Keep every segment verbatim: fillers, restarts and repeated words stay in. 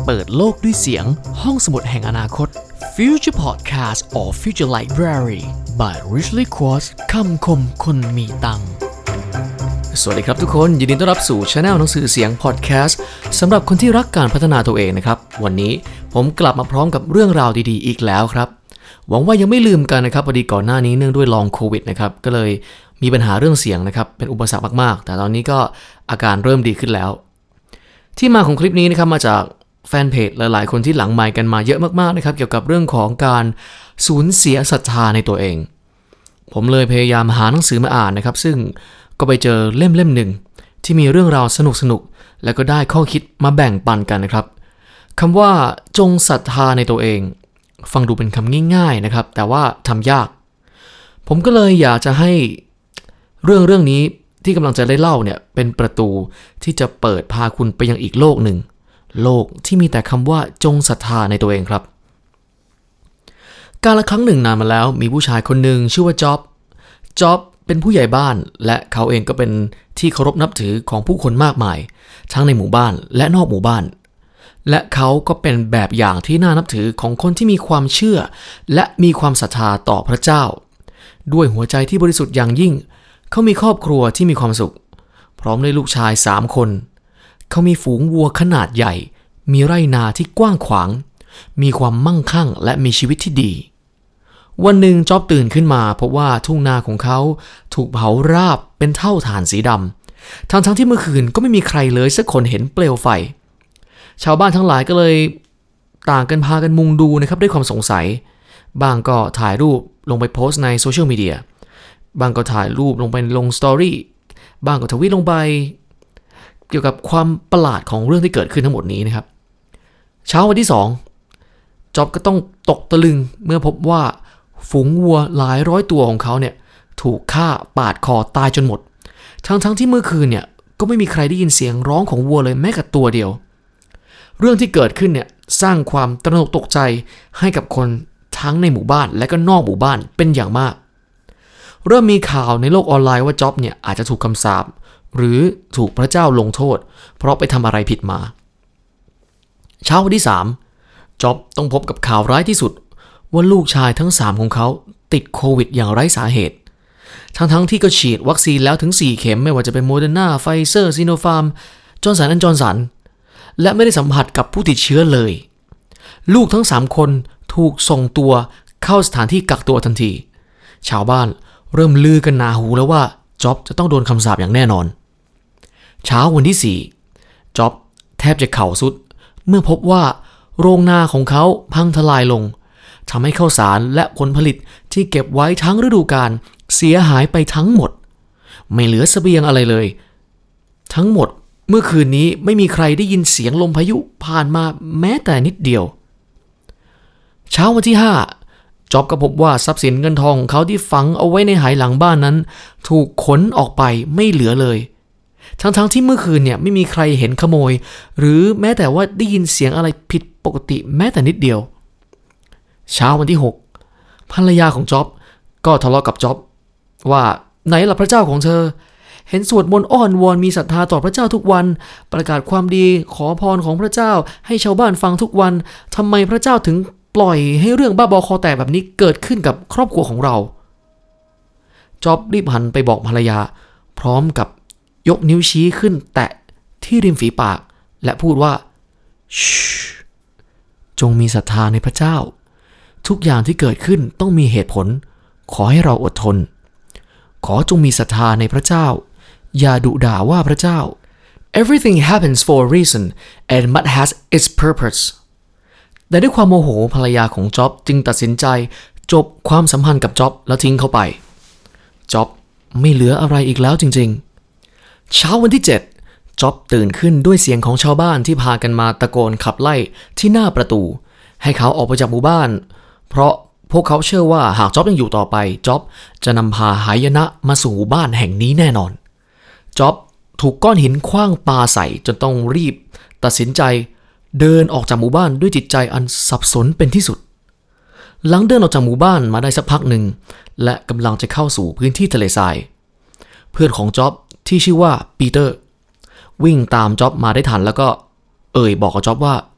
เปิดโลกด้วยเสียงห้องสมุดแห่งอนาคต Future Podcast or Future Library by Richly Quartz คำคมคนมีตังสวัสดีครับทุกคนยินดีต้อนรับสู่ Channel หนังสือเสียง Podcast สำหรับคนที่รักการพัฒนาตัวเองนะครับวันนี้ผมกลับมาพร้อมกับเรื่องราวดีๆอีกแล้วครับหวังว่ายังไม่ลืมกันนะครับพอดีก่อนหน้านี้เนื่องด้วยลองโควิดนะครับก็เลยมีปัญหาเรื่องเสียงนะครับเป็นอุปสรรคมากๆแต่ตอนนี้ก็อาการเริ่มดีขึ้นแล้วที่มาของคลิปนี้นะครับมาจากแฟนเพจหลายๆคนที่หลังไมค์กันมาเยอะมากๆนะครับเกี่ยวกับเรื่องของการสูญเสียศรัทธาในตัวเองผมเลยพยายามหาหนังสือมาอ่านนะครับซึ่งก็ไปเจอเล่มเล่มหนึ่งที่มีเรื่องราวสนุกๆแล้วก็ได้ข้อคิดมาแบ่งปันกันนะครับคำว่าจงศรัทธาในตัวเองฟังดูเป็นคำง่ายๆนะครับแต่ว่าทำยากผมก็เลยอยากจะให้เรื่องเรื่องนี้ที่กำลังจะได้เล่าเนี่ยเป็นประตูที่จะเปิดพาคุณไปยังอีกโลกหนึ่งโลกที่มีแต่คำว่าจงศรัทธาในตัวเองครับกาลครั้งหนึ่งนานมาแล้วมีผู้ชายคนหนึ่งชื่อว่าจ็อบจ็อบเป็นผู้ใหญ่บ้านและเขาเองก็เป็นที่เคารพนับถือของผู้คนมากมายทั้งในหมู่บ้านและนอกหมู่บ้านและเขาก็เป็นแบบอย่างที่น่านับถือของคนที่มีความเชื่อและมีความศรัทธาต่อพระเจ้าด้วยหัวใจที่บริสุทธิ์อย่างยิ่งเขามีครอบครัวที่มีความสุขพร้อมด้วยลูกชายสามคนเขามีฝูงวัวขนาดใหญ่มีไร่นาที่กว้างขวางมีความมั่งคั่งและมีชีวิตที่ดีวันหนึ่งจ็อบตื่นขึ้นมาพบว่าทุ่งนาของเขาถูกเผาราบเป็นเท่าฐานสีดำทั้งทั้งที่เมื่อคืนก็ไม่มีใครเลยสักคนเห็นเปลวไฟชาวบ้านทั้งหลายก็เลยต่างกันพากันมุงดูนะครับด้วยความสงสัยบางก็ถ่ายรูปลงไปโพสต์ในโซเชียลมีเดียบางก็ถ่ายรูปลงไปลงสตอรี่บางก็ทวีตลงไปเกี่ยวกับความประหลาดของเรื่องที่เกิดขึ้นทั้งหมดนี้นะครับเช้าวันที่สองจ็อบก็ต้องตกตะลึงเมื่อพบว่าฝูงวัวหลายร้อยตัวของเขาเนี่ยถูกฆ่าปาดคอตายจนหมดทั้งทั้งที่เมื่อคืนเนี่ยก็ไม่มีใครได้ยินเสียงร้องของวัวเลยแม้แต่ตัวเดียวเรื่องที่เกิดขึ้นเนี่ยสร้างความตระหนกตกใจให้กับคนทั้งในหมู่บ้านและก็นอกหมู่บ้านเป็นอย่างมากเริ่มมีข่าวในโลกออนไลน์ว่าจ็อบเนี่ยอาจจะถูกคำสาปหรือถูกพระเจ้าลงโทษเพราะไปทำอะไรผิดมาเช้าวันที่สามจ็อบต้องพบกับข่าวร้ายที่สุดว่าลูกชายทั้งสามของเขาติดโควิดอย่างไร้สาเหตุทั้งๆที่ก็ฉีดวัคซีนแล้วถึงสี่เข็มไม่ว่าจะเป็นโมเดอร์นาไฟเซอร์ซิโนฟาร์มจอร์นสันแอนด์จอร์นสันและไม่ได้สัมผัสกับผู้ติดเชื้อเลยลูกทั้งสามคนถูกส่งตัวเข้าสถานที่กักตัวทันทีชาวบ้านเริ่มลือกันหนาหูแล้วว่าจ็อบจะต้องโดนคำสาปอย่างแน่นอนเช้าวันที่สี่จ็อบแทบจะเข่าสุดเมื่อพบว่าโรงนาของเขาพังทลายลงทำให้ข้าวสารและผลผลิตที่เก็บไว้ทั้งฤดูกาลเสียหายไปทั้งหมดไม่เหลือเสบียงอะไรเลยทั้งหมดเมื่อคืนนี้ไม่มีใครได้ยินเสียงลมพายุผ่านมาแม้แต่นิดเดียวเช้าวันที่ห้าจ็อบก็พบว่าทรัพย์สินเงินทองของเขาที่ฝังเอาไว้ในหายหลังบ้านนั้นถูกขนออกไปไม่เหลือเลยทั้งๆที่เมื่อคืนเนี่ยไม่มีใครเห็นขโมยหรือแม้แต่ว่าได้ยินเสียงอะไรผิดปกติแม้แต่นิดเดียวเช้าวันที่หกภรรยาของจ็อบก็ทะเลาะกับจ็อบว่าไหนล่ะพระเจ้าของเธอเห็นสวดมนต์อ้อนวอนมีศรัทธาต่อพระเจ้าทุกวันประกาศความดีขอพรของพระเจ้าให้ชาวบ้านฟังทุกวันทำไมพระเจ้าถึงปล่อยให้เรื่องบ้าบอคอแตกแบบนี้เกิดขึ้นกับครอบครัวของเราจ็อบรีบหันไปบอกภรรยาพร้อมกับยกนิ้วชี้ขึ้นแตะที่ริมฝีปากและพูดว่าชูจงมีศรัทธาในพระเจ้าทุกอย่างที่เกิดขึ้นต้องมีเหตุผลขอให้เราอดทนขอจงมีศรัทธาในพระเจ้าอย่าดุด่าว่าพระเจ้า Everything happens for a reason and must has its purpose แต่ด้วยความโมโหภรรยาของจ็อบจึงตัดสินใจจบความสัมพันธ์กับจ็อบแล้วทิ้งเขาไปจ็อบไม่เหลืออะไรอีกแล้วจริงๆเช้าวันที่เจ็ดจ็อบตื่นขึ้นด้วยเสียงของชาวบ้านที่พากันมาตะโกนขับไล่ที่หน้าประตูให้เขาออกไปจากหมู่บ้านเพราะพวกเขาเชื่อว่าหากจ็อบยังอยู่ต่อไปจ็อบจะนำพาหายนะมาสู่หมู่บ้านแห่งนี้แน่นอนจ็อบถูกก้อนหินขว้างปาใส่จนต้องรีบตัดสินใจเดินออกจากหมู่บ้านด้วยจิตใจอันสับสนเป็นที่สุดหลังเดินออกจากหมู่บ้านมาได้สักพักหนึ่งและกำลังจะเข้าสู่พื้นที่ทะเลทรายเพื่อนของจ็อบที่ชื่อว่าปีเตอร์วิ่งตามจ็อบมาได้ทันแล้วก็เอ่ยบอกกับจ็อบว่า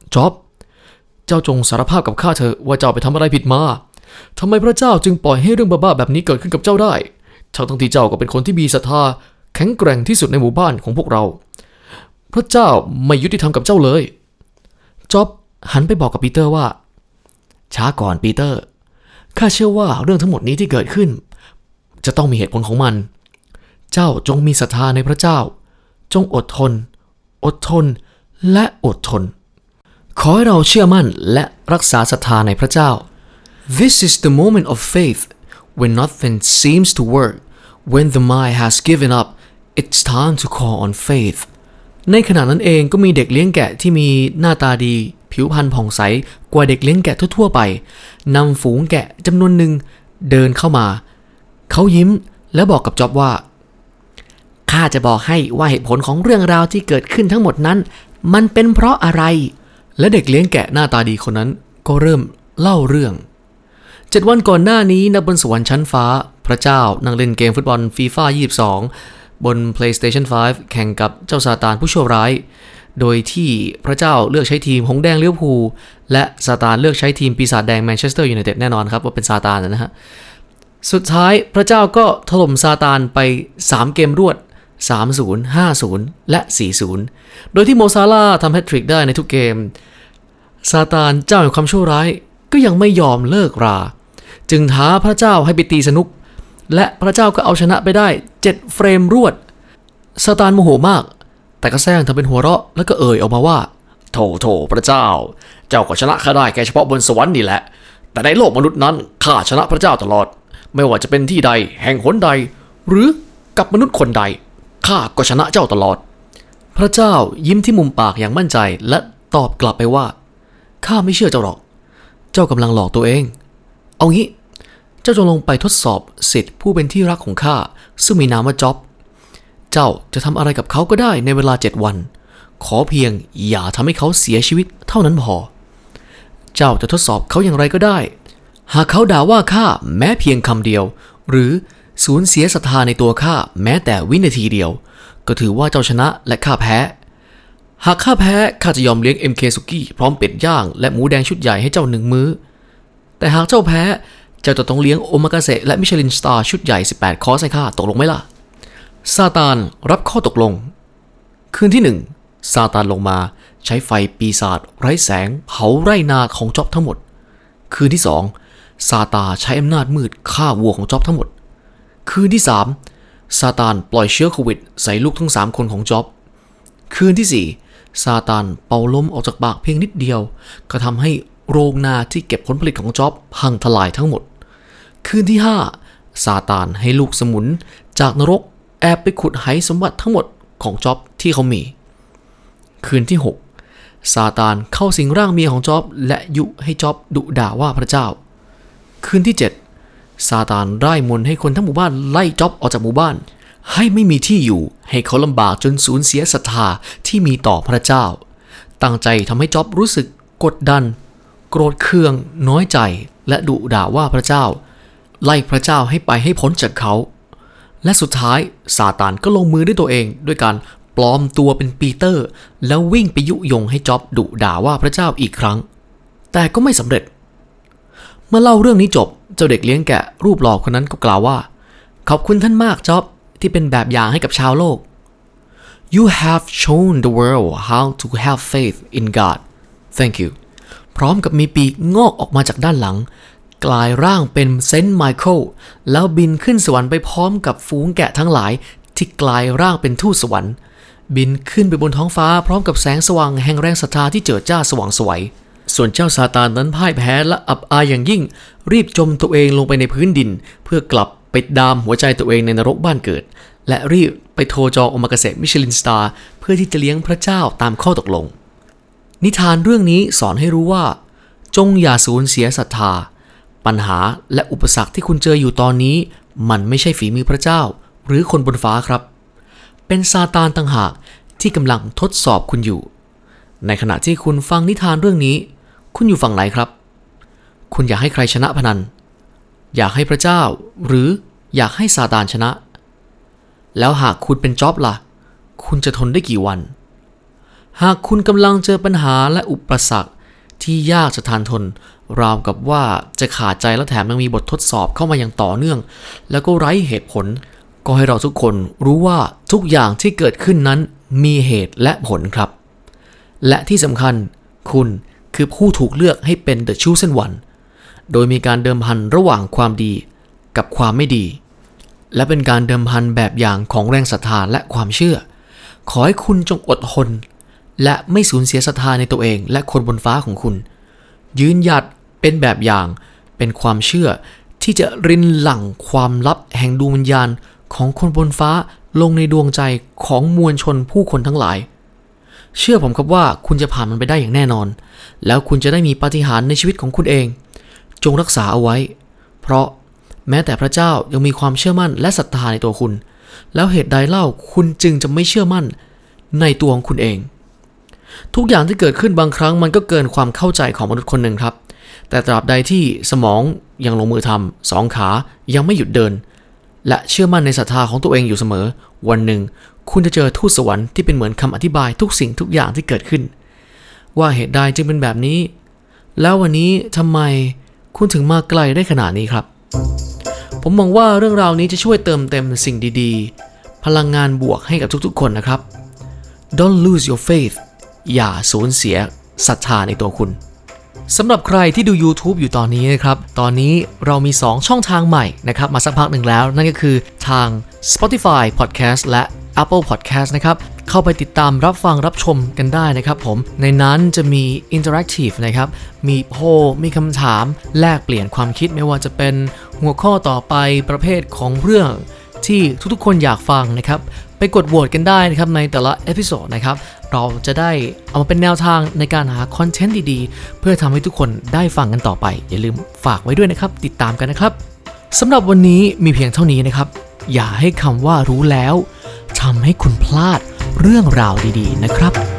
จ็อบเจ้าจงสารภาพกับข้าเถอะว่าเจ้าไปทำอะไรผิดมาทำไมพระเจ้าจึงปล่อยให้เรื่องบ้าๆแบบนี้เกิดขึ้นกับเจ้าได้ทั้งทั้งที่เจ้าก็เป็นคนที่มีศรัทธาแข็งแกร่งที่สุดในหมู่บ้านของพวกเราพระเจ้าไม่ยุติธรรมกับเจ้าเลยจ็อบหันไปบอกกับปีเตอร์ว่าช้าก่อนปีเตอร์ข้าเชื่อว่าเรื่องทั้งหมดนี้ที่เกิดขึ้นจะต้องมีเหตุผลของมันเจ้าจงมีศรัทธาในพระเจ้าจงอดทนอดทนและอดทนขอให้เราเชื่อมั่นและรักษาศรัทธาในพระเจ้า This is the moment of faith when nothing seems to work when the mind has given up it's time to call on faith ในขณะนั้นเองก็มีเด็กเลี้ยงแกะที่มีหน้าตาดีผิวพรรณผ่องใสกว่าเด็กเลี้ยงแกะทั่วๆไปนำฝูงแกะจำนวนหนึ่งเดินเข้ามาเขายิ้มและบอกกับจ็อบว่าข้าจะบอกให้ว่าเหตุผลของเรื่องราวที่เกิดขึ้นทั้งหมดนั้นมันเป็นเพราะอะไรและเด็กเลี้ยงแกะหน้าตาดีคนนั้นก็เริ่มเล่าเรื่องเจ็ดวันก่อนหน้านี้ณบนสวรรค์ชั้นฟ้าพระเจ้านั่งเล่นเกมฟุตบอลฟีฟ่ายี่สิบสองบน PlayStation ไฟว์ แข่งกับเจ้าซาตานผู้ชั่วร้ายโดยที่พระเจ้าเลือกใช้ทีมหงส์แดงลิเวอร์พูลและซาตานเลือกใช้ทีมปีศาจแดงแมนเชสเตอร์ยูไนเต็ดแน่นอนครับว่าเป็นซาตานนะฮะสุดท้ายพระเจ้าก็ถล่มซาตานไปสามเกมรวดสามศูนย์ ห้าศูนย์ และ สี่ศูนย์ โดยที่โมซาลาห์ทำแฮตทริกได้ในทุกเกมซาตานเจ้าแห่งความชั่วร้ายก็ยังไม่ยอมเลิกราจึงท้าพระเจ้าให้ไปตีสนุกและพระเจ้าก็เอาชนะไปได้เจ็ดเฟรมรวดซาตานโมโหมากแต่ก็แซงทำเป็นหัวเราะแล้วก็เอ่ยออกมาว่าโถโถพระเจ้าเจ้าก็ชนะข้าได้แค่เฉพาะบนสวรรค์นี่แหละแต่ในโลกมนุษย์นั้นข้าชนะพระเจ้าตลอดไม่ว่าจะเป็นที่ใดแห่งหนใดหรือกับมนุษย์คนใดข้าก็ชนะเจ้าตลอดพระเจ้ายิ้มที่มุมปากอย่างมั่นใจและตอบกลับไปว่าข้าไม่เชื่อเจ้าหรอกเจ้ากำลังหลอกตัวเองเอางี้เจ้าจงลงไปทดสอบสิทธิ์ผู้เป็นที่รักของข้าซึ่งมีนามว่าจ็อบเจ้าจะทำอะไรกับเขาก็ได้ในเวลาเจ็ดวันขอเพียงอย่าทำให้เขาเสียชีวิตเท่านั้นพอเจ้าจะทดสอบเขาอย่างไรก็ได้หากเขาด่าว่าข้าแม้เพียงคำเดียวหรือสูญเสียศรัทธาในตัวข้าแม้แต่วินาทีเดียวก็ถือว่าเจ้าชนะและข้าแพ้หากข้าแพ้ข้าจะยอมเลี้ยง เอ็ม เค สุกี้พร้อมเป็ดย่างและหมูแดงชุดใหญ่ให้เจ้าหนึ่งมื้อแต่หากเจ้าแพ้เจ้าจะต้องเลี้ยงโอมากาเสะและมิชลินสตาร์ชุดใหญ่สิบแปดคอร์สให้ข้าตกลงไหมล่ะซาตานรับข้อตกลงคืนที่หนึ่งซาตานลงมาใช้ไฟปีศาจไร้แสงเผาไร่นาของจ็อบทั้งหมดคืนที่สองซาตานใช้อำนาจมืดฆ่าวัวของจ็อบทั้งหมดคืนที่สามซาตานปล่อยเชื้อโควิดใส่ลูกทั้งสามคนของจ็อบคืนที่สี่ซาตานเป่าลมออกจากปากเพียงนิดเดียวก็ทำให้โรงนาที่เก็บผลผลิตของจ็อบพังทลายทั้งหมดคืนที่ห้าซาตานให้ลูกสมุนจากนรกแอบไปขุดไหสมบัติทั้งหมดของจ็อบที่เขามีคืนที่หกซาตานเข้าสิงร่างเมียของจ็อบและยุให้จ็อบดุด่าว่าพระเจ้าคืนที่เจ็ดซาตานร่ายมนต์ให้คนทั้งหมู่บ้านไล่จ็อบออกจากหมู่บ้านให้ไม่มีที่อยู่ให้เขาลำบากจนสูญเสียศรัทธาที่มีต่อพระเจ้าตั้งใจทำให้จ็อบรู้สึกกดดันโกรธเคืองน้อยใจและดุด่าว่าพระเจ้าไล่พระเจ้าให้ไปให้พ้นจากเขาและสุดท้ายซาตานก็ลงมือด้วยตัวเองด้วยการปลอมตัวเป็นปีเตอร์แล้ววิ่งไปยุยงให้จ็อบดุด่าว่าพระเจ้าอีกครั้งแต่ก็ไม่สำเร็จเมื่อเล่าเรื่องนี้จบเจ้าเด็กเลี้ยงแกะรูปหล่อคนนั้นก็กล่าวว่าขอบคุณท่านมากจ็อบที่เป็นแบบอย่างให้กับชาวโลก You have shown the world how to have faith in God Thank you พร้อมกับมีปีกงอกออกมาจากด้านหลังกลายร่างเป็นเซนต์ไมเคิลแล้วบินขึ้นสวรรค์ไปพร้อมกับฝูงแกะทั้งหลายที่กลายร่างเป็นทูตสวรรค์บินขึ้นไปบนท้องฟ้าพร้อมกับแสงสว่างแห่งแรงศรัทธาที่เจิดจ้าสว่างไสวส่วนเจ้าซาตานนั้นพ่ายแพ้และอับอายอย่างยิ่งรีบจมตัวเองลงไปในพื้นดินเพื่อกลับไปดามหัวใจตัวเองในนรกบ้านเกิดและรีบไปโทรจองโอมากาเสะมิชลินสตาร์เพื่อที่จะเลี้ยงพระเจ้าตามข้อตกลงนิทานเรื่องนี้สอนให้รู้ว่าจงอย่าสูญเสียศรัทธาปัญหาและอุปสรรคที่คุณเจออยู่ตอนนี้มันไม่ใช่ฝีมือพระเจ้าหรือคนบนฟ้าครับเป็นซาตานต่างหากที่กำลังทดสอบคุณอยู่ในขณะที่คุณฟังนิทานเรื่องนี้คุณอยู่ฝั่งไหนครับคุณอยากให้ใครชนะพนันอยากให้พระเจ้าหรืออยากให้ซาตานชนะแล้วหากคุณเป็นจ็อบล่ะคุณจะทนได้กี่วันหากคุณกำลังเจอปัญหาและอุปสรรคที่ยากจะทานทนราวกับว่าจะขาดใจและแถมยังมีบททดสอบเข้ามาอย่างต่อเนื่องแล้วก็ไร้เหตุผลก็ให้เราทุกคนรู้ว่าทุกอย่างที่เกิดขึ้นนั้นมีเหตุและผลครับและที่สำคัญคุณคือผู้ถูกเลือกให้เป็น The Chosen One โดยมีการเดิมพันระหว่างความดีกับความไม่ดีและเป็นการเดิมพันแบบอย่างของแรงศรัทธาและความเชื่อขอให้คุณจงอดทนและไม่สูญเสียศรัทธาในตัวเองและคนบนฟ้าของคุณยืนหยัดเป็นแบบอย่างเป็นความเชื่อที่จะรินหลั่งความลับแห่งดวงวิญญาณของคนบนฟ้าลงในดวงใจของมวลชนผู้คนทั้งหลายเชื่อผมครับว่าคุณจะผ่านมันไปได้อย่างแน่นอนแล้วคุณจะได้มีปาฏิหาริย์ในชีวิตของคุณเองจงรักษาเอาไว้เพราะแม้แต่พระเจ้ายังมีความเชื่อมั่นและศรัทธาในตัวคุณแล้วเหตุใดเล่าคุณจึงจะไม่เชื่อมั่นในตัวของคุณเองทุกอย่างที่เกิดขึ้นบางครั้งมันก็เกินความเข้าใจของมนุษย์คนหนึ่งครับแต่ตราบใดที่สมองยังลงมือทำสองขายังไม่หยุดเดินและเชื่อมั่นในศรัทธาของตัวเองอยู่เสมอวันหนึ่งคุณจะเจอทูตสวรรค์ที่เป็นเหมือนคำอธิบายทุกสิ่งทุกอย่างที่เกิดขึ้นว่าเหตุใดจึงเป็นแบบนี้แล้ววันนี้ทำไมคุณถึงมาไกลได้ขนาดนี้ครับผมมองว่าเรื่องราวนี้จะช่วยเติมเต็มสิ่งดีๆพลังงานบวกให้กับทุกๆคนนะครับ Don't lose your faith อย่าสูญเสียศรัทธาในตัวคุณสำหรับใครที่ดู YouTube อยู่ตอนนี้นะครับตอนนี้เรามีสองช่องทางใหม่นะครับมาสักพักหนึ่งแล้วนั่นก็คือทาง Spotify Podcast และ Apple Podcast นะครับเข้าไปติดตามรับฟังรับชมกันได้นะครับผมในนั้นจะมี Interactive นะครับมีโพลมีคำถามแลกเปลี่ยนความคิดไม่ว่าจะเป็นหัวข้อต่อไปประเภทของเรื่องที่ทุกๆคนอยากฟังนะครับไปกดโหวตกันได้นะครับในแต่ละเอพิโซดนะครับเราจะได้เอามาเป็นแนวทางในการหาคอนเทนต์ดีๆเพื่อทำให้ทุกคนได้ฟังกันต่อไปอย่าลืมฝากไว้ด้วยนะครับติดตามกันนะครับสำหรับวันนี้มีเพียงเท่านี้นะครับอย่าให้คำว่ารู้แล้วทำให้คุณพลาดเรื่องราวดีๆนะครับ